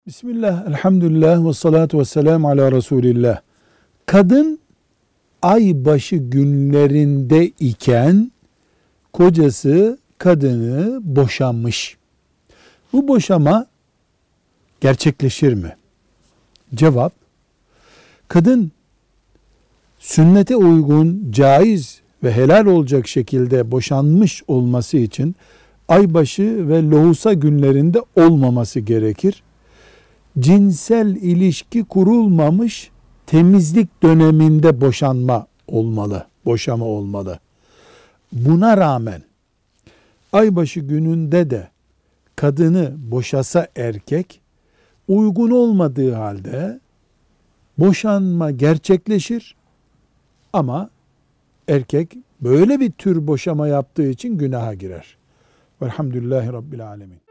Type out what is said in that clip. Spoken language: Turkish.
Bismillah, elhamdülillah ve salatu ve selamu ala Resulillah. Kadın aybaşı günlerinde iken kocası kadını boşanmış. Bu boşama gerçekleşir mi? Cevap, kadın sünnete uygun, caiz ve helal olacak şekilde boşanmış olması için aybaşı ve lohusa günlerinde olmaması gerekir. Cinsel ilişki kurulmamış temizlik döneminde boşanma olmalı, boşama olmalı. Buna rağmen aybaşı gününde de kadını boşasa erkek, uygun olmadığı halde boşanma gerçekleşir ama erkek böyle bir tür boşama yaptığı için günaha girer. Velhamdülillahi Rabbil Alemin.